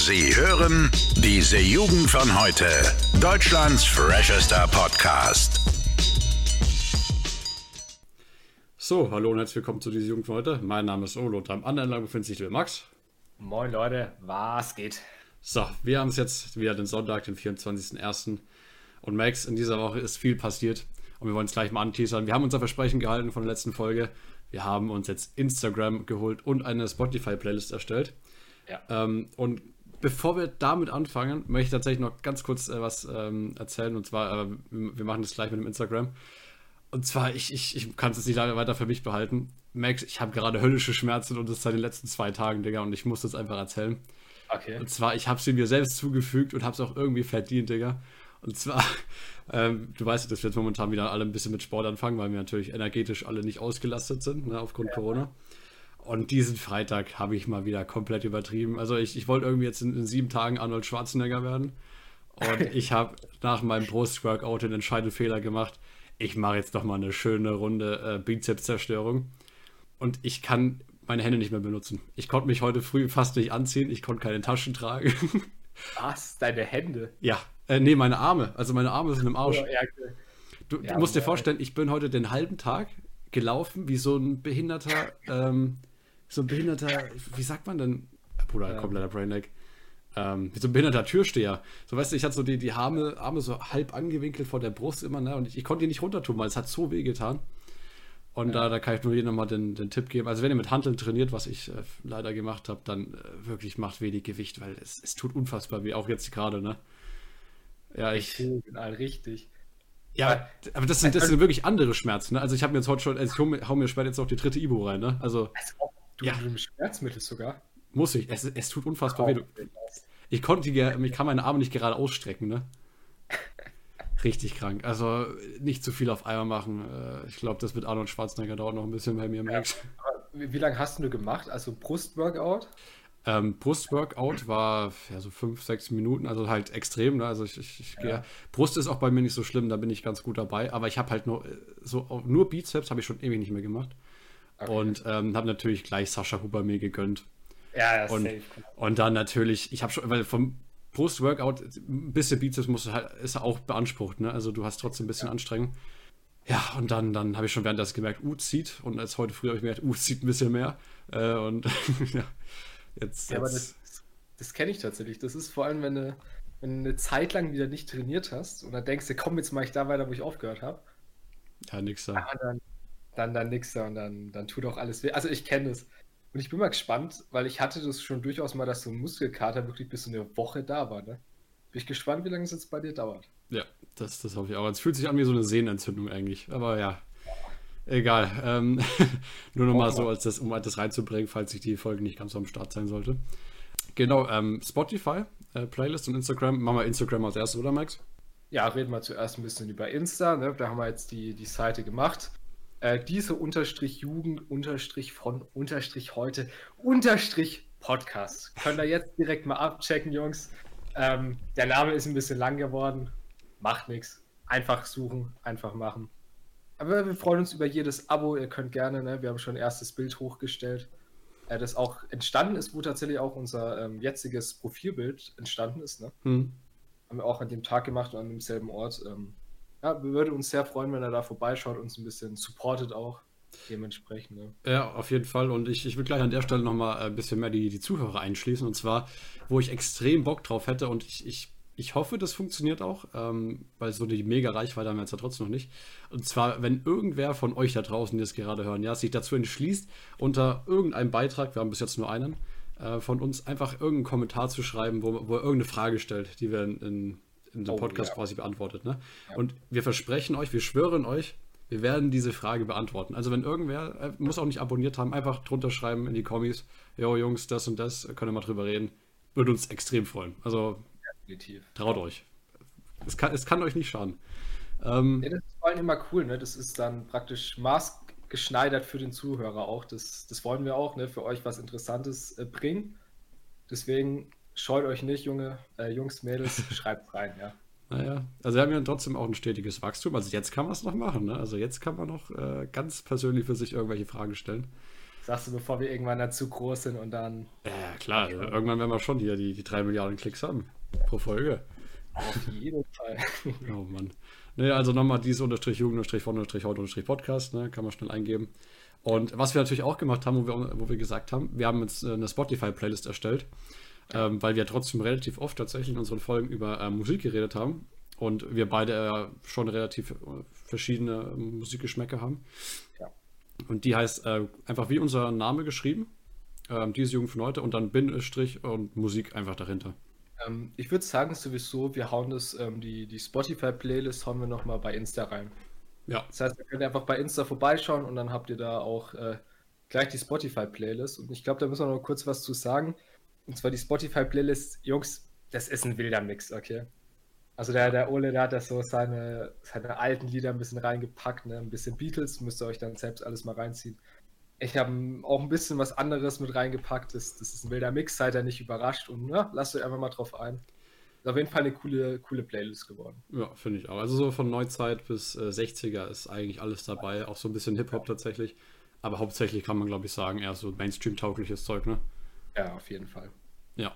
Sie hören diese Jugend von heute. Deutschlands freshester Podcast. So, hallo und herzlich willkommen zu dieser Jugend von heute. Mein Name ist Olo und am anderen Ende befindet sich der Max. Moin Leute, was geht? So, wir haben es jetzt wieder den Sonntag, den 24.01. Und Max, in dieser Woche ist viel passiert und wir wollen es gleich mal anteasern. Wir haben unser Versprechen gehalten von der letzten Folge. Wir haben uns jetzt Instagram geholt und eine Spotify-Playlist erstellt. Ja. Und bevor wir damit anfangen, möchte ich tatsächlich noch ganz kurz was erzählen. Und zwar, wir machen das gleich mit dem Instagram. Und zwar, ich kann es jetzt nicht lange weiter für mich behalten. Max, ich habe gerade höllische Schmerzen und das seit den letzten 2 Tagen, Digga. Und ich muss das einfach erzählen. Okay. Und zwar, ich habe sie mir selbst zugefügt und habe es auch irgendwie verdient, Digga. Und zwar, du weißt ja, dass wir jetzt momentan wieder alle ein bisschen mit Sport anfangen, weil wir natürlich energetisch alle nicht ausgelastet sind, ne, aufgrund Corona. Und diesen Freitag habe ich mal wieder komplett übertrieben. Also ich wollte irgendwie jetzt in 7 Tagen Arnold Schwarzenegger werden. Und ich habe nach meinem Brust-Workout den entscheidenden Fehler gemacht. Ich mache jetzt doch mal eine schöne Runde Bizeps-Zerstörung. Und ich kann meine Hände nicht mehr benutzen. Ich konnte mich heute früh fast nicht anziehen. Ich konnte keine Taschen tragen. Was? Deine Hände? Ja, nee, meine Arme. Also meine Arme sind im Arsch. Oh, ja, okay. Du musst dir vorstellen, ich bin heute den halben Tag gelaufen wie so ein behinderter, wie sagt man denn? Bruder, kompletter Brainlag. Wie so ein behinderter Türsteher. So, weißt du, ich hatte so die Arme so halb angewinkelt vor der Brust immer, ne? Und ich konnte die nicht runter tun, weil es hat so weh getan. Und da kann ich nur jedem nochmal den Tipp geben. Also wenn ihr mit Hanteln trainiert, was ich leider gemacht habe, dann wirklich macht wenig Gewicht, weil es tut unfassbar weh, auch jetzt gerade, ne? Ja, Richtig. Ja, aber das sind wirklich andere Schmerzen, ne? Also ich habe mir jetzt heute schon, also ich hau mir später jetzt noch die 3. Ibu rein, ne? Also Du nimmst Schmerzmittel sogar? muss ich. Es tut unfassbar weh. Ich kann meine Arme nicht gerade ausstrecken, ne? Richtig krank. Also nicht zu viel auf einmal machen. Ich glaube, das mit Arnold Schwarzenegger dauert noch ein bisschen bei mir, Max. Wie lange hast du gemacht? Also Brustworkout? Brustworkout war ja so 5-6 Minuten, also halt extrem. Ne? Also ich gehe. Brust ist auch bei mir nicht so schlimm, da bin ich ganz gut dabei. Aber ich habe halt nur Bizeps habe ich schon ewig nicht mehr gemacht. Okay. Und habe natürlich gleich Sascha Huber mir gegönnt. Ja, safe. Und dann natürlich, ich habe schon, weil vom Brustworkout ein bisschen Bizeps ist auch beansprucht, ne? Also du hast trotzdem ein bisschen Anstrengung. Ja, und dann habe ich schon währenddessen gemerkt, zieht. Und als heute früh habe ich gemerkt, zieht ein bisschen mehr. Und ja. Jetzt. Aber das kenne ich tatsächlich. Das ist vor allem, wenn du eine Zeit lang wieder nicht trainiert hast und dann denkst du, komm, jetzt mache ich da weiter, wo ich aufgehört habe. Ja, nix da. Dann nix da und dann tut auch alles weh. Also ich kenne das. Und ich bin mal gespannt, weil ich hatte das schon durchaus mal, dass so ein Muskelkater wirklich bis so eine Woche da war. Ne? Bin ich gespannt, wie lange es jetzt bei dir dauert. Ja, das hoffe ich auch. Es fühlt sich an wie so eine Sehnenentzündung eigentlich. Aber ja. Egal. Nur nochmal so, um das reinzubringen, falls ich die Folge nicht ganz so am Start sein sollte. Genau, Spotify, Playlist und Instagram. Machen wir Instagram als erstes, oder Max? Ja, reden wir zuerst ein bisschen über Insta. Ne? Da haben wir jetzt die Seite gemacht. Diese Jugend von heute Podcast. Könnt ihr jetzt direkt mal abchecken, Jungs. Der Name ist ein bisschen lang geworden. Macht nichts. Einfach suchen, einfach machen. Aber wir freuen uns über jedes Abo. Ihr könnt gerne, ne? Wir haben schon ein erstes Bild hochgestellt, das auch entstanden ist, wo tatsächlich auch unser jetziges Profilbild entstanden ist. Ne? Haben wir auch an dem Tag gemacht und an demselben Ort. Wir würden uns sehr freuen, wenn er da vorbeischaut und uns ein bisschen supportet auch dementsprechend. Ne? Ja, auf jeden Fall. Und ich will gleich an der Stelle nochmal ein bisschen mehr die Zuhörer einschließen. Und zwar, wo ich extrem Bock drauf hätte und ich hoffe, das funktioniert auch, weil so die mega Reichweite haben wir jetzt ja trotzdem noch nicht. Und zwar, wenn irgendwer von euch da draußen, die das gerade hören, ja, sich dazu entschließt, unter irgendeinem Beitrag, wir haben bis jetzt nur einen, von uns einfach irgendeinen Kommentar zu schreiben, wo er irgendeine Frage stellt, die wir in dem Podcast quasi beantwortet. Ne? Ja. Und wir versprechen euch, wir schwören euch, wir werden diese Frage beantworten. Also wenn irgendwer, muss auch nicht abonniert haben, einfach drunter schreiben in die Kommis, yo Jungs, das und das, können wir mal drüber reden. Würde uns extrem freuen. Also definitiv. Traut euch. Es kann euch nicht schaden. Das ist vor allem immer cool, ne? Das ist dann praktisch maßgeschneidert für den Zuhörer auch. Das wollen wir auch, ne? Für euch was Interessantes bringen. Deswegen scheut euch nicht, Jungs, Mädels, schreibt rein, ja. Naja, also wir haben ja trotzdem auch ein stetiges Wachstum. Also jetzt kann man es noch machen, ne? Also jetzt kann man noch ganz persönlich für sich irgendwelche Fragen stellen. Sagst du, bevor wir irgendwann dazu groß sind und dann... Ja, klar, irgendwann werden wir schon hier die 3 Milliarden Klicks haben pro Folge. Auf jeden Fall. Oh Mann. Ne, also nochmal dies Jugend-Heute-Podcast, ne, kann man schnell eingeben. Und was wir natürlich auch gemacht haben, wo wir gesagt haben, wir haben jetzt eine Spotify-Playlist erstellt, weil wir trotzdem relativ oft tatsächlich in unseren Folgen über Musik geredet haben und wir beide schon relativ verschiedene Musikgeschmäcker haben. Ja. Und die heißt einfach wie unser Name geschrieben, diese Jugend von heute und dann Bindestrich und Musik einfach dahinter. Ich würde sagen sowieso, wir hauen die Spotify-Playlist hauen wir nochmal bei Insta rein. Ja. Das heißt, ihr könnt einfach bei Insta vorbeischauen und dann habt ihr da auch gleich die Spotify-Playlist. Und ich glaube, da müssen wir noch kurz was zu sagen. Und zwar die Spotify-Playlist, Jungs, das ist ein wilder Mix, okay? Also der Ole, der hat da so seine alten Lieder ein bisschen reingepackt, ne? Ein bisschen Beatles, müsst ihr euch dann selbst alles mal reinziehen. Ich habe auch ein bisschen was anderes mit reingepackt. Das ist ein wilder Mix, seid ihr nicht überrascht und ja, lasst euch einfach mal drauf ein. Ist auf jeden Fall eine coole Playlist geworden. Ja, finde ich auch. Also so von Neuzeit bis 60er ist eigentlich alles dabei. Auch so ein bisschen Hip-Hop tatsächlich. Aber hauptsächlich kann man, glaube ich, sagen, eher so Mainstream-taugliches Zeug, ne? Ja, auf jeden Fall. Ja.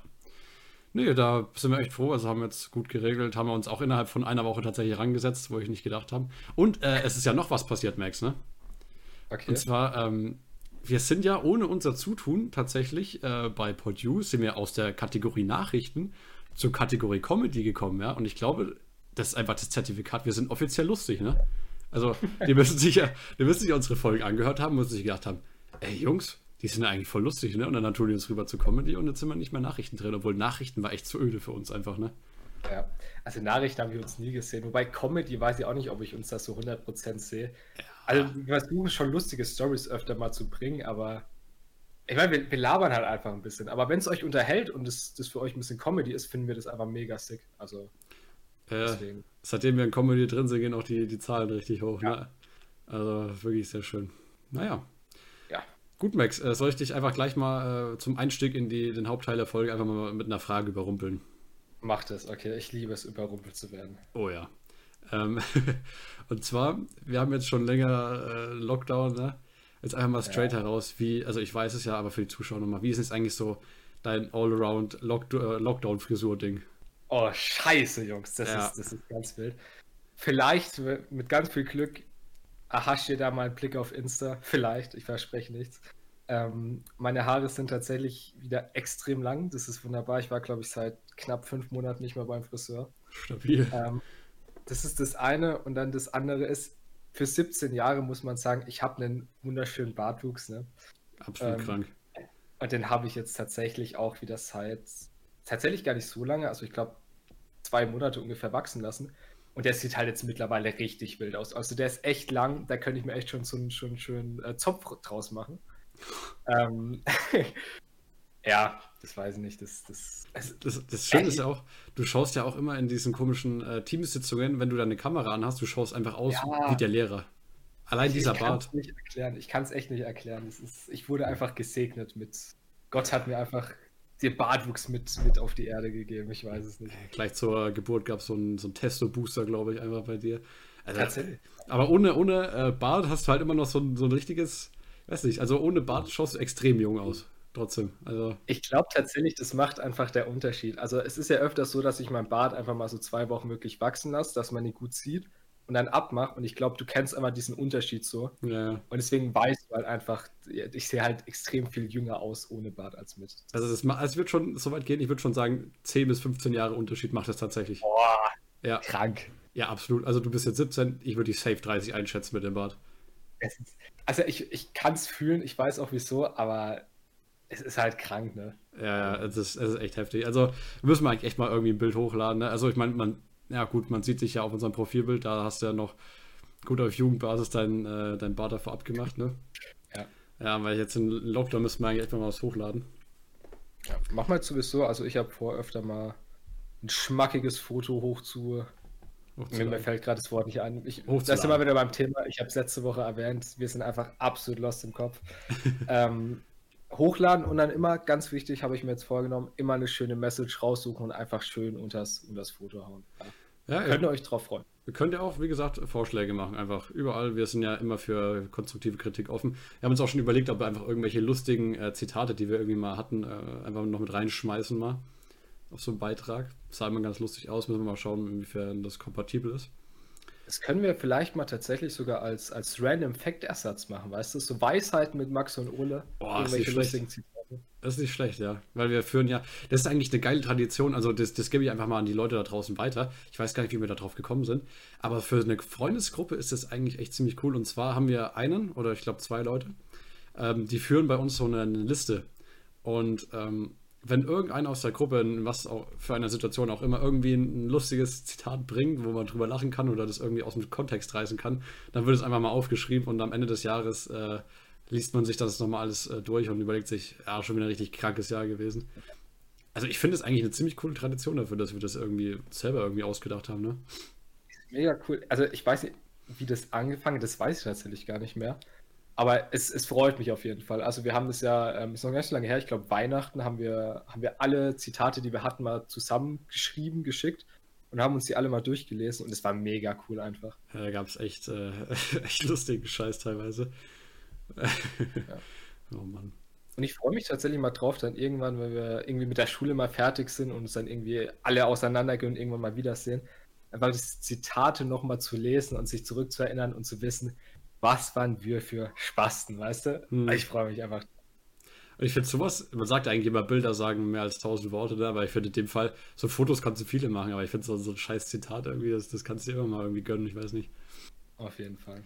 Nee, da sind wir echt froh. Also haben wir jetzt gut geregelt. Haben wir uns auch innerhalb von einer Woche tatsächlich rangesetzt, wo ich nicht gedacht habe. Und es ist ja noch was passiert, Max, ne? Okay. Und zwar, wir sind ja ohne unser Zutun tatsächlich bei Podue sind wir aus der Kategorie Nachrichten zur Kategorie Comedy gekommen, ja. Und ich glaube, das ist einfach das Zertifikat, wir sind offiziell lustig, ne? Also, die müssen sich ja unsere Folgen angehört haben und sich gedacht haben, ey Jungs, die sind ja eigentlich voll lustig, ne? Und dann tun die uns rüber zu Comedy und jetzt sind wir nicht mehr Nachrichten drin, obwohl Nachrichten war echt zu öde für uns einfach, ne? Ja, also Nachrichten haben wir uns nie gesehen. Wobei Comedy weiß ich auch nicht, ob ich uns das so 100% sehe. Also wir versuchen schon lustige Stories öfter mal zu bringen, aber ich meine, wir labern halt einfach ein bisschen. Aber wenn es euch unterhält und das für euch ein bisschen Comedy ist, finden wir das einfach mega sick. Also deswegen. Seitdem wir in Comedy drin sind, gehen auch die Zahlen richtig hoch, Ja. ne? Also wirklich sehr schön. Naja. Ja. Gut, Max, soll ich dich einfach gleich mal zum Einstieg in den Hauptteil der Folge einfach mal mit einer Frage überrumpeln? Macht es, okay. Ich liebe es, überrumpelt zu werden. Oh ja. Und zwar, wir haben jetzt schon länger Lockdown, ne? Jetzt einfach mal straight heraus, also ich weiß es ja, aber für die Zuschauer nochmal, wie ist jetzt eigentlich so dein All-Around Lockdown-Frisur-Ding? Oh, scheiße, Jungs, das ist ganz wild. Vielleicht mit ganz viel Glück erhascht ihr da mal einen Blick auf Insta. Vielleicht, ich verspreche nichts. Meine Haare sind tatsächlich wieder extrem lang. Das ist wunderbar. Ich war, glaube ich, seit knapp 5 Monaten nicht mehr beim Friseur. Stabil. Das ist das eine. Und dann das andere ist, für 17 Jahre muss man sagen, ich habe einen wunderschönen Bartwuchs. Ne? Absolut krank. Und den habe ich jetzt tatsächlich auch wieder tatsächlich gar nicht so lange, also ich glaube 2 Monate ungefähr wachsen lassen. Und der sieht halt jetzt mittlerweile richtig wild aus. Also der ist echt lang, da könnte ich mir echt schon so einen schönen Zopf draus machen. Ja, das weiß ich nicht. Das Schöne ist ja auch, du schaust ja auch immer in diesen komischen Teamsitzungen, wenn du deine Kamera anhast, du schaust einfach aus wie der Lehrer. Allein dieser Bart. Ich kann es echt nicht erklären. Ich wurde einfach gesegnet mit. Gott hat mir einfach den Bartwuchs mit auf die Erde gegeben. Ich weiß es nicht. Gleich zur Geburt gab es so einen Testo-Booster, glaube ich, einfach bei dir. Also, Tatsächlich. Aber ohne Bart hast du halt immer noch so ein richtiges, weiß nicht, also ohne Bart schaust du extrem jung aus. Trotzdem. Also. Ich glaube tatsächlich, das macht einfach der Unterschied. Also es ist ja öfters so, dass ich meinen Bart einfach mal so 2 Wochen wirklich wachsen lasse, dass man ihn gut sieht und dann abmache. Und ich glaube, du kennst einfach diesen Unterschied so. Ja. Und deswegen weißt du halt einfach, ich sehe halt extrem viel jünger aus ohne Bart als mit. Also es wird schon so weit gehen, ich würde schon sagen, 10 bis 15 Jahre Unterschied macht das tatsächlich. Boah, ja. Krank. Ja, absolut. Also du bist jetzt 17, ich würde dich safe 30 einschätzen mit dem Bart. Also ich kann es fühlen, ich weiß auch wieso, aber es ist halt krank, ne? Ja, es ist echt heftig. Also müssen wir eigentlich echt mal irgendwie ein Bild hochladen. Ne? Also ich meine, man sieht sich ja auf unserem Profilbild, da hast du ja noch gut auf Jugendbasis dein Bart dafür abgemacht, ne? Ja. Ja, weil jetzt in Lockdown müssen wir eigentlich echt mal was hochladen. Ja, mach mal sowieso, also ich habe vor, öfter mal ein schmackiges Foto mir fällt gerade das Wort nicht ein. Da sind wir wieder beim Thema, ich habe es letzte Woche erwähnt, wir sind einfach absolut lost im Kopf. Hochladen und dann immer, ganz wichtig, habe ich mir jetzt vorgenommen, immer eine schöne Message raussuchen und einfach schön unters Foto hauen. Ja. Könnt ihr euch drauf freuen. Wir können ja auch, wie gesagt, Vorschläge machen, einfach überall. Wir sind ja immer für konstruktive Kritik offen. Wir haben uns auch schon überlegt, ob wir einfach irgendwelche lustigen Zitate, die wir irgendwie mal hatten, einfach noch mit reinschmeißen mal auf so einen Beitrag. Das sah immer ganz lustig aus, müssen wir mal schauen, inwiefern das kompatibel ist. Das können wir vielleicht mal tatsächlich sogar als Random Fact-Ersatz machen, weißt du? So Weisheiten mit Max und Ole. Boah, ist nicht Irgendwelche schlecht. lustigen Zitate. Das ist nicht schlecht, ja. Weil wir führen ja, das ist eigentlich eine geile Tradition, also das gebe ich einfach mal an die Leute da draußen weiter. Ich weiß gar nicht, wie wir da drauf gekommen sind, aber für eine Freundesgruppe ist das eigentlich echt ziemlich cool. Und zwar haben wir einen oder ich glaube 2 Leute, die führen bei uns so eine Liste. Und wenn irgendeiner aus der Gruppe, in was auch für eine Situation auch immer, irgendwie ein lustiges Zitat bringt, wo man drüber lachen kann oder das irgendwie aus dem Kontext reißen kann, dann wird es einfach mal aufgeschrieben und am Ende des Jahres liest man sich das nochmal alles durch und überlegt sich, ja, schon wieder ein richtig krankes Jahr gewesen. Also ich finde es eigentlich eine ziemlich coole Tradition dafür, dass wir das irgendwie selber irgendwie ausgedacht haben, ne? Mega cool. Also ich weiß nicht, wie das angefangen hat, das weiß ich tatsächlich gar nicht mehr. Aber es freut mich auf jeden Fall. Also wir haben das ja, ist noch gar nicht so lange her, ich glaube Weihnachten haben wir alle Zitate, die wir hatten, mal zusammengeschrieben, geschickt und haben uns die alle mal durchgelesen und es war mega cool einfach. Ja, da gab es echt, echt lustigen Scheiß teilweise. Ja. Oh Mann. Und ich freue mich tatsächlich mal drauf, dann irgendwann, wenn wir irgendwie mit der Schule mal fertig sind und uns dann irgendwie alle auseinandergehen und irgendwann mal wiedersehen, einfach die Zitate nochmal zu lesen und sich zurückzuerinnern und zu wissen, was waren wir für Spasten, weißt du? Ich freue mich einfach. Und ich finde sowas, man sagt eigentlich immer, Bilder sagen mehr als 1000 Worte, ne? Aber ich finde in dem Fall, so Fotos kannst du viele machen, aber ich finde so ein scheiß Zitat irgendwie, das kannst du dir immer mal irgendwie gönnen, ich weiß nicht. Auf jeden Fall.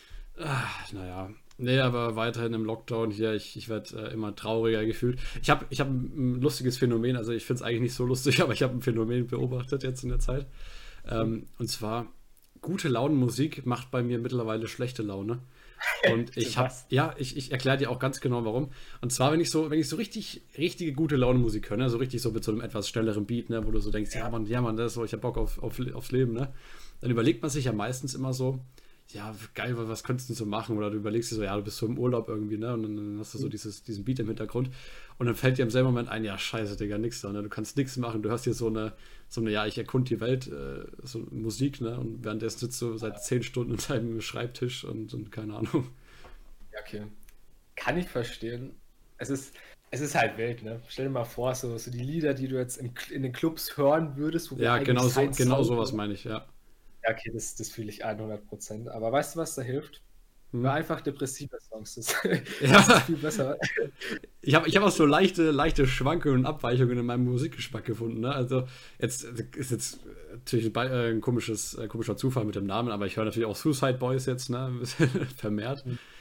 Naja. Nee, aber weiterhin im Lockdown hier, ich werde immer trauriger gefühlt. Ich hab ein lustiges Phänomen, also ich finde es eigentlich nicht so lustig, aber ich habe ein Phänomen beobachtet jetzt in der Zeit. Und zwar, gute Launenmusik macht bei mir mittlerweile schlechte Laune. Und Was? ich erkläre dir auch ganz genau warum. Und zwar, wenn ich so richtige gute Laune-Musik höre, ne, so richtig so mit so einem etwas schnelleren Beat, ne, wo du so denkst, ja Mann, das ist so, ich hab Bock aufs Leben, ne? Dann überlegt man sich ja meistens immer so, ja, geil, was könntest du so machen? Oder du überlegst dir so, ja, du bist so im Urlaub irgendwie, ne? Und dann hast du so diesen Beat im Hintergrund. Und dann fällt dir im selben Moment ein, ja, scheiße, Digga, nix da, ne? Du kannst nichts machen. Du hörst hier so eine, ja, ich erkunde die Welt, so Musik, ne? Und währenddessen sitzt du seit 10 Stunden in deinem Schreibtisch und keine Ahnung. Ja, okay. Kann ich verstehen. Es ist halt wild, ne? Stell dir mal vor, so die Lieder, die du jetzt in den Clubs hören würdest, wo wir Ja, eigentlich genau Sound sowas meine ich, ja. Ja, okay, das fühle ich 100%. Aber weißt du, was da hilft? Hm. Hör einfach depressive Songs. Das ist Ja, viel besser. ich hab auch so leichte Schwankungen und Abweichungen in meinem Musikgeschmack gefunden. Ne? Also jetzt ist jetzt natürlich ein komischer Zufall mit dem Namen, aber ich höre natürlich auch Suicide Boys jetzt, ne? Ein bisschen vermehrt.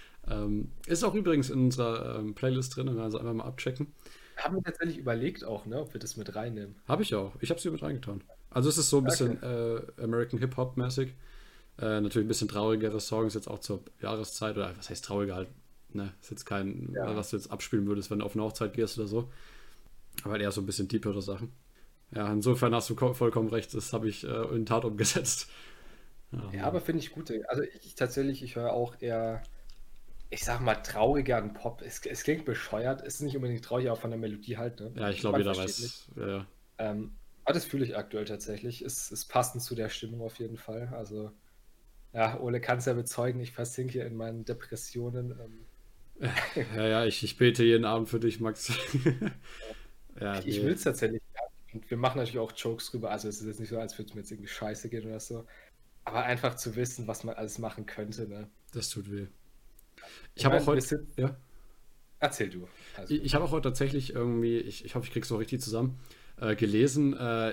Ist auch übrigens in unserer Playlist drin, also einfach mal abchecken. Haben wir tatsächlich überlegt auch, ne, ob wir das mit reinnehmen. Habe ich auch. Ich habe sie mit reingetan. Also es ist so ein Okay. bisschen American Hip-Hop-mäßig. Natürlich ein bisschen traurigere Songs jetzt auch zur Jahreszeit. Oder was heißt trauriger halt? Ne? Ist jetzt kein, Ja. was du jetzt abspielen würdest, wenn du auf eine Hochzeit gehst oder so. Aber halt eher so ein bisschen deepere Sachen. Ja, insofern hast du vollkommen recht. Das habe ich in Tat umgesetzt. Ja, Ja, Mann. aber finde ich gut. Also ich höre auch eher, ich sag mal, traurigeren Pop. Es klingt bescheuert, es ist nicht unbedingt traurig, aber von der Melodie halt, ne? Ja, ich glaube, Man jeder versteht mich. weiß. Ja, ja. Aber das fühle ich aktuell tatsächlich. Ist passend zu der Stimmung auf jeden Fall. Also, ja, Ole kann es ja bezeugen, ich versinke hier in meinen Depressionen. Ja, ich bete jeden Abend für dich, Max. Ja, Ich nee, will es tatsächlich gar nicht. Und wir machen natürlich auch Jokes drüber. Also es ist jetzt nicht so, als würde es mir jetzt irgendwie scheiße gehen oder so. Aber einfach zu wissen, was man alles machen könnte, ne? das tut weh. Ich Ich habe auch meine, wir heute, sind. ja. Erzähl du. Alles Ich gut. habe auch heute tatsächlich irgendwie, ich hoffe, ich krieg's so richtig zusammen, gelesen,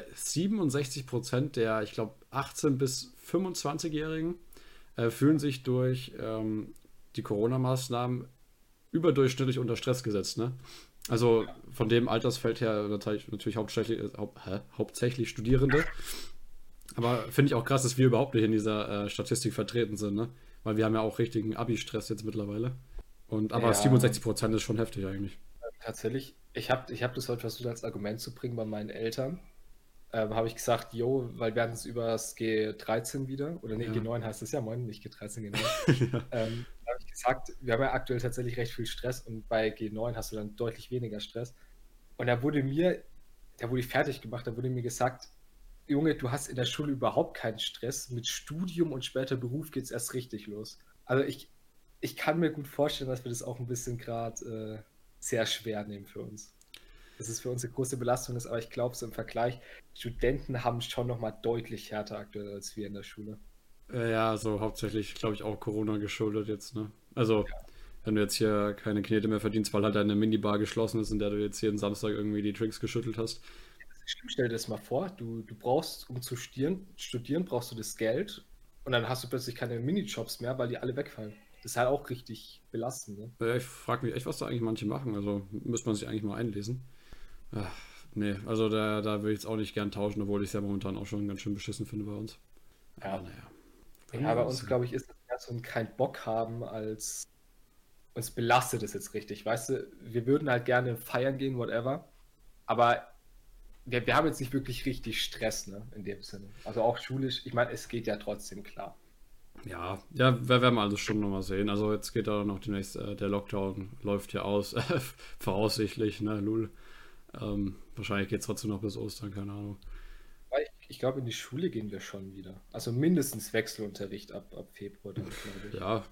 67% der, ich glaube, 18- bis 25-Jährigen fühlen sich durch die Corona-Maßnahmen überdurchschnittlich unter Stress gesetzt, ne? Also von dem Altersfeld her natürlich hauptsächlich Studierende. Aber finde ich auch krass, dass wir überhaupt nicht in dieser Statistik vertreten sind, ne? Weil wir haben ja auch richtigen Abi-Stress jetzt mittlerweile. Aber Ja, 67% ist schon heftig eigentlich. tatsächlich. Ich hab das heute versucht als Argument zu bringen bei meinen Eltern. Habe ich gesagt, yo, weil wir hatten es über das G13 wieder, oder nee, Ja. G9 heißt es ja, moin, nicht G13, G9. Ja. Da habe ich gesagt, wir haben ja aktuell tatsächlich recht viel Stress und bei G9 hast du dann deutlich weniger Stress. Und da wurde ich fertig gemacht, da wurde mir gesagt, Junge, du hast in der Schule überhaupt keinen Stress. Mit Studium und später Beruf geht es erst richtig los. Also ich kann mir gut vorstellen, dass wir das auch ein bisschen gerade sehr schwer nehmen für uns. Dass es für uns eine große Belastung ist, aber ich glaube, so im Vergleich, Studenten haben es schon nochmal deutlich härter aktuell als wir in der Schule. Ja, so hauptsächlich, glaube ich, auch Corona geschuldet jetzt, ne? Also, wenn du jetzt hier keine Knete mehr verdienst, weil halt deine Minibar geschlossen ist, in der du jetzt jeden Samstag irgendwie die Drinks geschüttelt hast. Schlimm, stell dir das mal vor, du brauchst, um zu studieren, brauchst du das Geld und dann hast du plötzlich keine Minijobs mehr, weil die alle wegfallen. Das ist halt auch richtig belastend, ne? Ja, ich frage mich echt, was da eigentlich manche machen. Also, müsste man sich eigentlich mal einlesen. Ach, nee, also da würde ich jetzt auch nicht gern tauschen, obwohl ich es ja momentan auch schon ganz schön beschissen finde bei uns. Aber Ja. naja. Ja, bei uns, glaube ich, ist es eher so ein kein Bock haben, als uns belastet es jetzt richtig. Weißt du, wir würden halt gerne feiern gehen, whatever, aber wir haben jetzt nicht wirklich richtig Stress, ne, in dem Sinne. Also auch schulisch, ich meine, es geht ja trotzdem klar. Ja, wir werden alles schon nochmal sehen. Also jetzt geht da noch demnächst, der Lockdown läuft ja aus, voraussichtlich, ne, Lul. Wahrscheinlich geht es trotzdem noch bis Ostern, keine Ahnung. Weil ich glaube, in die Schule gehen wir schon wieder. Also mindestens Wechselunterricht ab Februar dann, glaube ich. Ja,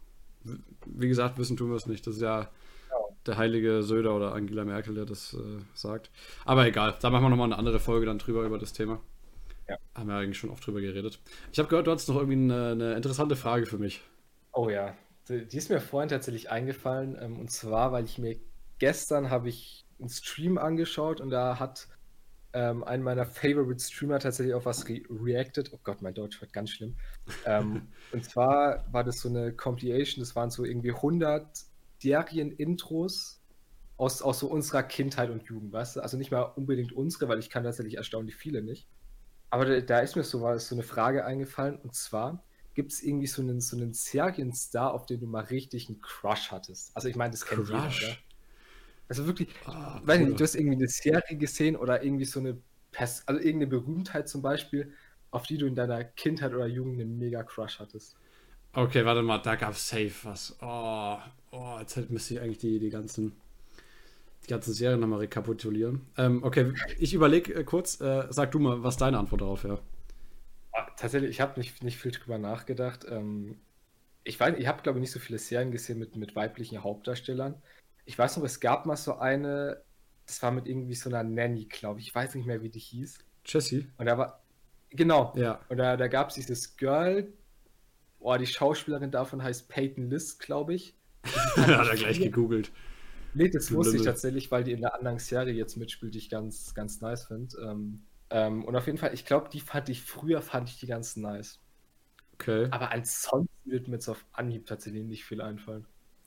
wie gesagt, wissen tun wir es nicht. Das ist ja Ja, der heilige Söder oder Angela Merkel, der das sagt. Aber egal, da machen wir nochmal eine andere Folge dann drüber über das Thema. ja. Haben wir eigentlich schon oft drüber geredet. Ich habe gehört, du hast noch irgendwie eine interessante Frage für mich. Oh ja, die ist mir vorhin tatsächlich eingefallen. Und zwar, weil gestern habe ich einen Stream angeschaut und da hat einen meiner Favorite Streamer tatsächlich auf was reacted. Oh Gott, mein Deutsch wird ganz schlimm. Und zwar war das so eine Compilation, das waren so irgendwie 100 Serien-Intros aus so unserer Kindheit und Jugend, weißt du? Also nicht mal unbedingt unsere, weil ich kann tatsächlich erstaunlich viele nicht. Aber da ist mir so eine Frage eingefallen, und zwar gibt es irgendwie so einen Serienstar, auf den du mal richtig einen Crush hattest? Also ich meine, das kennt jeder, oder? Crush. Also wirklich, Ah, weiß nicht, du Bruder. hast irgendwie eine Serie gesehen oder irgendwie so eine also irgendeine Berühmtheit zum Beispiel, auf die du in deiner Kindheit oder Jugend einen mega Crush hattest. Okay, warte mal, da gab es safe was. Jetzt müsste ich eigentlich die ganzen Serien nochmal rekapitulieren. Okay, ich überlege kurz, sag du mal, was deine Antwort darauf wäre. Tatsächlich, ich habe nicht viel drüber nachgedacht. Ich weiß, ich habe, glaube ich, nicht so viele Serien gesehen mit weiblichen Hauptdarstellern. Ich weiß noch, es gab mal so eine, das war mit irgendwie so einer Nanny, glaube ich. Ich weiß nicht mehr, wie die hieß. Jessie? Und da war, genau, Ja. und da gab es dieses Girl, die Schauspielerin davon heißt Peyton List, glaube ich. Und die fand Hat ich er gleich früher, gegoogelt. nee, das Du wusste ich Lümmel. tatsächlich, weil die in der anderen Serie jetzt mitspielt, die ich ganz, ganz nice finde. Und auf jeden Fall, ich glaube, fand ich die ganz nice. Okay. Aber ansonsten wird mir jetzt auf Anhieb tatsächlich nicht viel einfallen.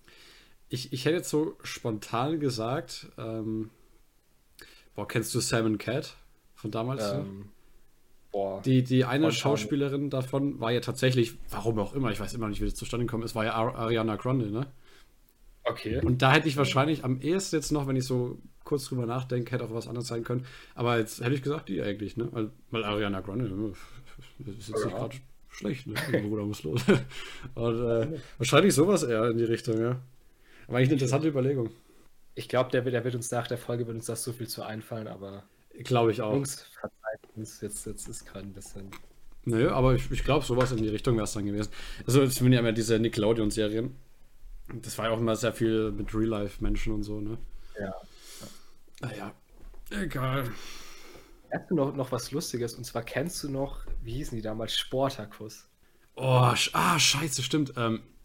Ich hätte jetzt so spontan gesagt, kennst du Sam Cat von damals noch? Ähm, boah, Die eine spontan. Schauspielerin davon war ja tatsächlich, warum auch immer, ich weiß immer noch nicht, wie das zustande gekommen ist, war ja Ariana Grande, ne? Okay. Und da hätte ich wahrscheinlich am ehesten jetzt noch, wenn ich so kurz drüber nachdenke, hätte auch was anderes sein können. Aber jetzt hätte ich gesagt, die eigentlich, ne? Weil Ariana Grande, ne, das ist jetzt nicht Ja. gerade schlecht, ne? Der Bruder muss los. Und wahrscheinlich sowas eher in die Richtung, ja. Aber eigentlich eine interessante Überlegung. Ich glaube, der wird uns nach der Folge wird uns das so viel zu einfallen, aber Glaube ich auch. Jungs, verzeiht uns, jetzt ist gerade ein bisschen. Nö, aber ich glaube, sowas in die Richtung wäre es dann gewesen. Also, es sind ja immer diese Nickelodeon-Serien. Das war ja auch immer sehr viel mit Real-Life-Menschen und so, ne? Ja. Naja, egal. Hast du noch was Lustiges? Und zwar kennst du noch, wie hießen die damals? Sportacus. Scheiße, stimmt.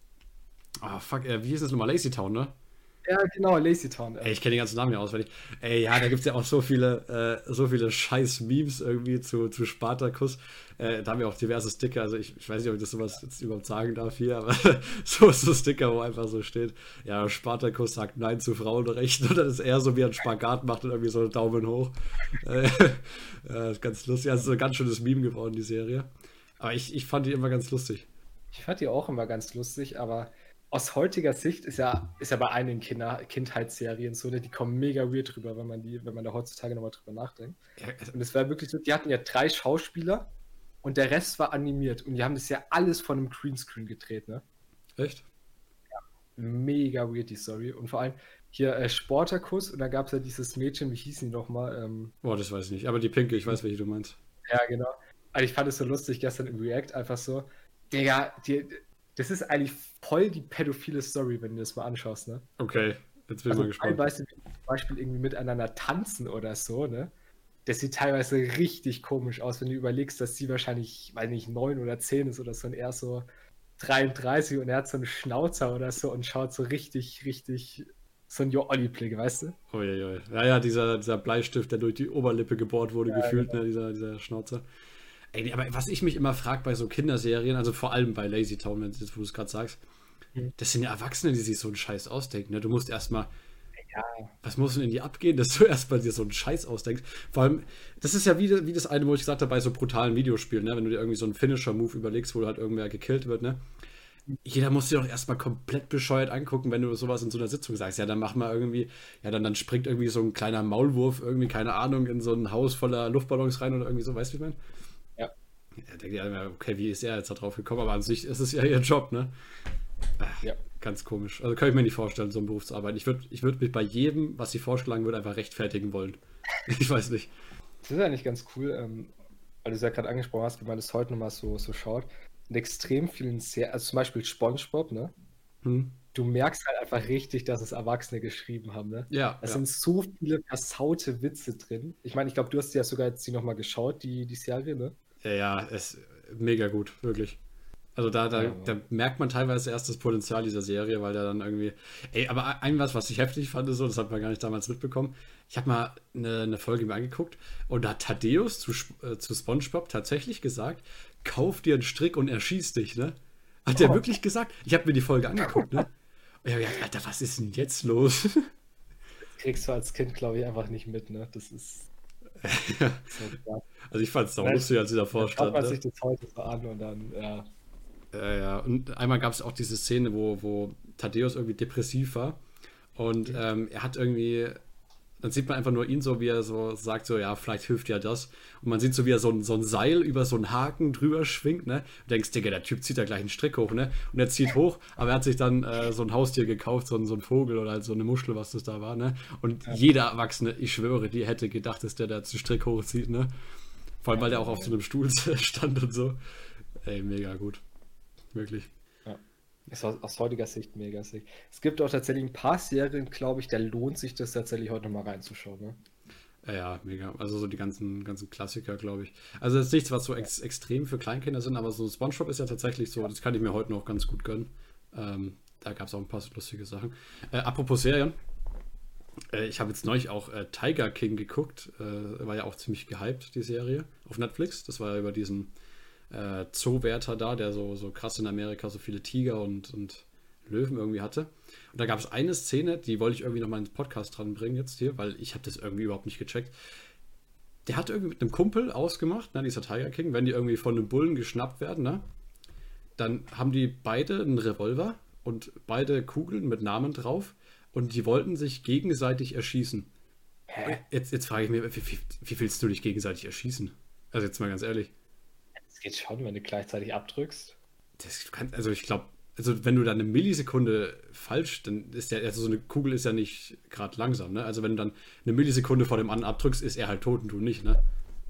Fuck, wie hieß das nochmal? Lazy Town, ne? Ja, genau, Lazy Town. Ey, ich kenne die ganzen Namen ja auswendig. Ey, ja, da gibt es ja auch so viele scheiß Memes irgendwie zu Spartacus. Da haben wir auch diverse Sticker. Also ich weiß nicht, ob ich das sowas jetzt überhaupt sagen darf hier, aber so Sticker, wo einfach so steht, ja, Spartacus sagt Nein zu Frauenrechten und dann ist er so wie ein Spagat macht und irgendwie so einen Daumen hoch. Äh, ist ganz lustig. Also so ein ganz schönes Meme geworden, die Serie. Aber ich fand die immer ganz lustig. Ich fand die auch immer ganz lustig, aber aus heutiger Sicht ist ja bei einigen Kindheitsserien so, ne, die kommen mega weird drüber, wenn man da heutzutage nochmal drüber nachdenkt. Ja, Und es war wirklich so, die hatten ja 3 Schauspieler und der Rest war animiert und die haben das ja alles von einem Greenscreen gedreht, ne? echt? Mega weird die Story. Und vor allem hier Sportacus und da gab es ja dieses Mädchen, wie hieß die nochmal? Boah, das weiß ich nicht. Aber die Pinke, ich weiß, welche du meinst. Ja, genau. Also ich fand es so lustig gestern im React einfach so, Digga, das ist eigentlich voll die pädophile Story, wenn du das mal anschaust, ne? Okay, jetzt bin ich mal gespannt. Teilweise, wie die zum Beispiel irgendwie miteinander tanzen oder so, ne? Das sieht teilweise richtig komisch aus, wenn du überlegst, dass sie wahrscheinlich, weiß nicht, 9 oder 10 ist oder so und er ist so 33 und er hat so einen Schnauzer oder so und schaut so richtig so ein Jo-Olli-Blick, weißt du? Uiuiui. Ja, dieser Bleistift, der durch die Oberlippe gebohrt wurde, Ja, gefühlt, genau. ne, dieser Schnauzer. Ey, aber was ich mich immer frage bei so Kinderserien, also vor allem bei Lazy Town, wo du es gerade sagst, Mhm. das sind ja Erwachsene, die sich so einen Scheiß ausdenken. Ne? Du musst erstmal, Ja, was muss denn in die abgehen, dass du erstmal dir so einen Scheiß ausdenkst? Vor allem, das ist ja wie das eine, wo ich gesagt habe, bei so brutalen Videospielen, ne? Wenn du dir irgendwie so einen Finisher-Move überlegst, wo halt irgendwer gekillt wird, ne? Jeder muss dir doch erstmal komplett bescheuert angucken, wenn du sowas in so einer Sitzung sagst. Ja, dann mach mal irgendwie, ja, dann springt irgendwie so ein kleiner Maulwurf, irgendwie, keine Ahnung, in so ein Haus voller Luftballons rein oder irgendwie so, weißt du, wie ich meine? ja. Ja, denkt ihr immer, okay, wie ist er jetzt da drauf gekommen? Aber an sich ist es ja ihr Job, ne? Ja. Ganz komisch. Also kann ich mir nicht vorstellen, so einen Beruf zu arbeiten. Ich würd mich bei jedem, was sie vorschlagen würde, einfach rechtfertigen wollen. Ich weiß nicht. Das ist eigentlich ganz cool, weil du es ja gerade angesprochen hast, wie man das heute nochmal so schaut. In extrem vielen Serien, also zum Beispiel SpongeBob, ne? Hm? Du merkst halt einfach richtig, dass es Erwachsene geschrieben haben, ne? Ja, Es ja. sind so viele versaute Witze drin. Ich meine, ich glaube, du hast ja sogar jetzt die nochmal geschaut, die Serie, ne? Ja, ist mega gut, wirklich. Also da merkt man teilweise erst das Potenzial dieser Serie, weil der dann irgendwie. Ey, aber was ich heftig fand, ist so, das hat man gar nicht damals mitbekommen. Ich habe mal eine Folge mir angeguckt und da hat Thaddeus zu SpongeBob tatsächlich gesagt: Kauf dir einen Strick und erschieß dich, ne? Hat der wirklich gesagt? Ich habe mir die Folge angeguckt, ne? Und ich hab gedacht, Alter, was ist denn jetzt los? Das kriegst du als Kind, glaube ich, einfach nicht mit, ne? Das ist so krass. Also ich fand es auch Ne? lustig, als sie davor Dann schaut stand, man ne? sich das heute so an und dann, ja. Ja. Und einmal gab es auch diese Szene, wo Thaddeus irgendwie depressiv war. Und er hat irgendwie, dann sieht man einfach nur ihn so, wie er so sagt, so, ja, vielleicht hilft ja das. Und man sieht so, wie er so ein Seil über so einen Haken drüber schwingt, ne? Und denkst, Digga, der Typ zieht da gleich einen Strick hoch, ne? Und er zieht hoch, aber er hat sich dann so ein Haustier gekauft, so ein Vogel oder halt so eine Muschel, was das da war, ne? Und jeder Erwachsene, ich schwöre, die hätte gedacht, dass der da jetzt einen Strick hochzieht, ne? Vor allem, weil der auch auf so einem Stuhl stand und so. Ey, mega gut. Wirklich. Ja. Ist aus heutiger Sicht mega sick. Es gibt auch tatsächlich ein paar Serien, glaube ich, da lohnt sich das tatsächlich heute nochmal reinzuschauen, ne? Ja, mega. Also so die ganzen Klassiker, glaube ich. Also das ist nichts, was so extrem für Kleinkinder sind, aber so SpongeBob ist ja tatsächlich so, das kann ich mir heute noch ganz gut gönnen. Da gab es auch ein paar so lustige Sachen. Apropos Serien, ich habe jetzt neulich auch Tiger King geguckt. War ja auch ziemlich gehypt, die Serie auf Netflix. Das war ja über diesen Zoowärter da, der so krass in Amerika so viele Tiger und Löwen irgendwie hatte. Und da gab es eine Szene, die wollte ich irgendwie noch mal ins Podcast dran bringen jetzt hier, weil ich habe das irgendwie überhaupt nicht gecheckt. Der hat irgendwie mit einem Kumpel ausgemacht, ne, dieser Tiger King, wenn die irgendwie von einem Bullen geschnappt werden, ne, dann haben die beide einen Revolver und beide Kugeln mit Namen drauf und die wollten sich gegenseitig erschießen. Hä? Jetzt frage ich mich, wie willst du dich gegenseitig erschießen? Also jetzt mal ganz ehrlich. Das geht schon, wenn du gleichzeitig abdrückst. Also ich glaube, also wenn du da eine Millisekunde falsch, dann ist also so eine Kugel ist ja nicht gerade langsam, ne? Also wenn du dann eine Millisekunde vor dem anderen abdrückst, ist er halt tot und du nicht, ne?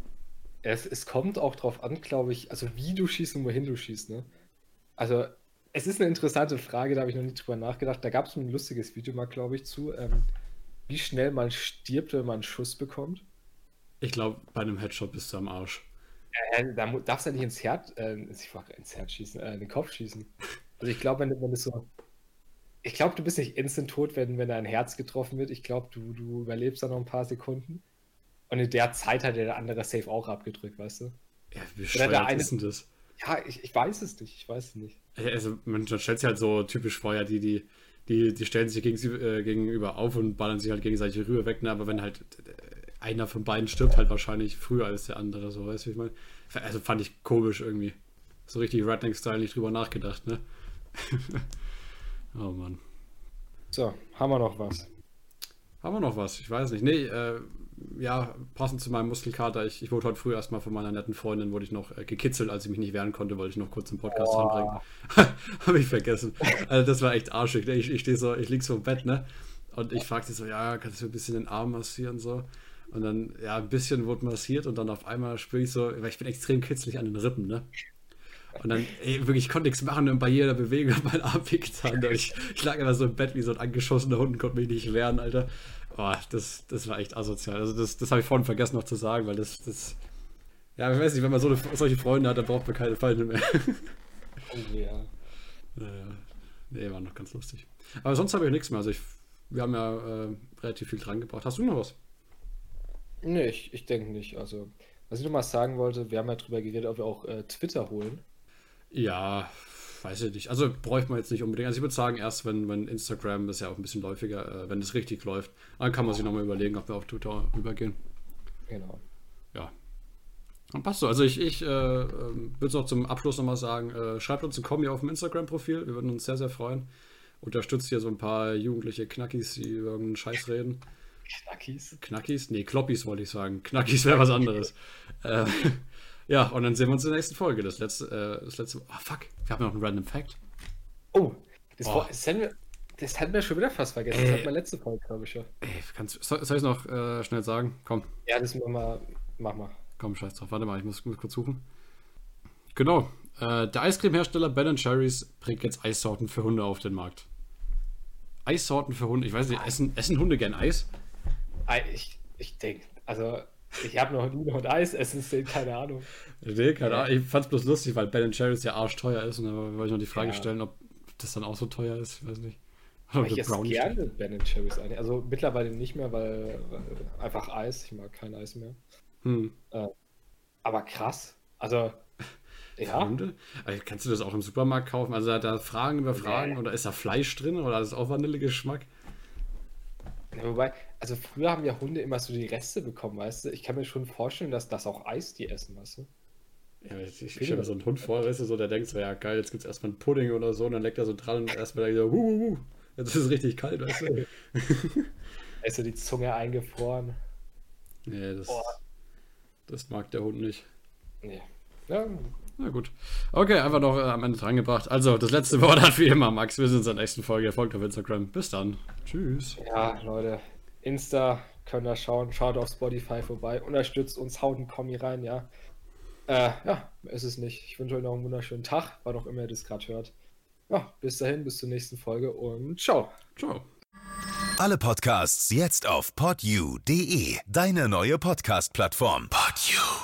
Es kommt auch drauf an, glaube ich, also wie du schießt und wohin du schießt, ne? Also, es ist eine interessante Frage, da habe ich noch nie drüber nachgedacht. Da gab es ein lustiges Video mal, glaube ich, zu, wie schnell man stirbt, wenn man einen Schuss bekommt. Ich glaube, bei einem Headshot bist du am Arsch. Darfst du ja nicht ins Herz, ins Herz schießen, in den Kopf schießen. Also ich glaube, wenn das so. Ich glaube, du bist nicht instant tot, wenn dein Herz getroffen wird. Ich glaube, du überlebst da noch ein paar Sekunden. Und in der Zeit hat der andere safe auch abgedrückt, weißt du? Ja, wie Oder der bescheuert eine. ist denn das? Ja, ich weiß es nicht. Ich weiß es nicht. Ja, also man stellt sich halt so typisch vor, ja, die stellen sich gegenüber auf und ballern sich halt gegenseitig rüber weg, ne? Aber wenn halt einer von beiden stirbt, halt wahrscheinlich früher als der andere, so, weißt du, wie ich meine? Also fand ich komisch irgendwie. So richtig Redneck-Style nicht drüber nachgedacht, ne? Oh Mann. So, haben wir noch was? Haben wir noch was? Ich weiß nicht. Nee, ja, passend zu meinem Muskelkater. Ich wurde heute früh erstmal von meiner netten Freundin, wurde ich noch gekitzelt, als ich mich nicht wehren konnte, wollte ich noch kurz im Podcast anbringen. Habe ich vergessen. Also das war echt arschig. Ne? Ich lieg so im Bett, ne? Und ich fragte so, ja, kannst du ein bisschen den Arm massieren, so? Und dann, ja, ein bisschen wurde massiert und dann auf einmal spüre ich so, weil ich bin extrem kitzlig an den Rippen, ne? Und dann, wirklich, ich konnte nichts machen und bei jeder Bewegung hat mein Arm wehgetan. Ich lag immer so im Bett wie so ein angeschossener Hund und konnte mich nicht wehren, Alter. Oh, das war echt asozial. Also das habe ich vorhin vergessen noch zu sagen, weil ja, ich weiß nicht, wenn man solche Freunde hat, dann braucht man keine Feinde mehr. Oh ja. Naja, nee, war noch ganz lustig. Aber sonst habe ich nichts mehr. Also wir haben ja relativ viel dran gebracht. Hast du noch was? Nee, ich denke nicht. Also, was ich noch mal sagen wollte, wir haben ja drüber geredet, ob wir auch Twitter holen. Ja, weiß ich nicht. Also bräuchte man jetzt nicht unbedingt. Also ich würde sagen, erst wenn Instagram ist ja auch ein bisschen läufiger, wenn es richtig läuft, dann kann man sich nochmal überlegen, ob wir auf Twitter rübergehen. Genau. Ja. Dann passt so. Also ich würde es auch zum Abschluss nochmal sagen, schreibt uns ein Kommi auf dem Instagram-Profil. Wir würden uns sehr, sehr freuen. Unterstützt hier so ein paar jugendliche Knackis, die über irgendeinen Scheiß reden. Knackis? Knackis? Nee, Kloppis wollte ich sagen. Knackis wäre was anderes. Ja, und dann sehen wir uns in der nächsten Folge. Das letzte. Oh, fuck. Wir haben noch einen Random Fact. Oh, das hatten wir schon wieder fast vergessen. Das hatten wir letzte Folge, glaube ich, ja. Soll ich es noch schnell sagen? Komm. Ja, das mach mal. Komm, scheiß drauf. Warte mal, ich muss kurz suchen. Genau. Der Eiscremehersteller Ben & Jerry's bringt jetzt Eissorten für Hunde auf den Markt. Eissorten für Hunde. Ich weiß nicht, essen Hunde gern Eis? Ich denke, also ich habe noch nie Eis essen sehen, keine Ahnung. Nee, keine Ahnung. Ich fand's bloß lustig, weil Ben & Jerry's ja arschteuer ist und da wollte ich noch die Frage Ja. stellen, ob das dann auch so teuer ist. Ich weiß nicht. Ich esse gerne Ben & Jerry's eigentlich. Also mittlerweile nicht mehr, weil einfach Eis. Ich mag kein Eis mehr. Aber krass. Also, ja. Hunde? Also, kannst du das auch im Supermarkt kaufen? Also hat da Fragen über Fragen oder ist da Fleisch drin oder ist auch Vanillegeschmack? Ja, wobei, also früher haben ja Hunde immer so die Reste bekommen, weißt du? Ich kann mir schon vorstellen, dass das auch Eis die essen, weißt du? Ja, ich stelle mir so einen Hund vor, weißt du, so, der denkt so, ja geil, jetzt gibt es erstmal einen Pudding oder so und dann leckt er so dran und erstmal so, jetzt ist es richtig kalt, weißt du? Also die Zunge eingefroren. Nee, das mag der Hund nicht. Nee. Ja, Na gut. Okay, einfach noch am Ende drangebracht. Also, das letzte Wort hat wie immer Max. Wir sind in der nächsten Folge. Folgt auf Instagram. Bis dann. Tschüss. ja, Leute. Insta, könnt ihr schauen. Schaut auf Spotify vorbei. Unterstützt uns, haut einen Kommi rein, ja. Ja, ist es nicht. Ich wünsche euch noch einen wunderschönen Tag, wann auch immer ihr das gerade hört. Ja, bis dahin, bis zur nächsten Folge und ciao. Ciao. Alle Podcasts jetzt auf podyou.de, deine neue Podcast-Plattform. Podyou.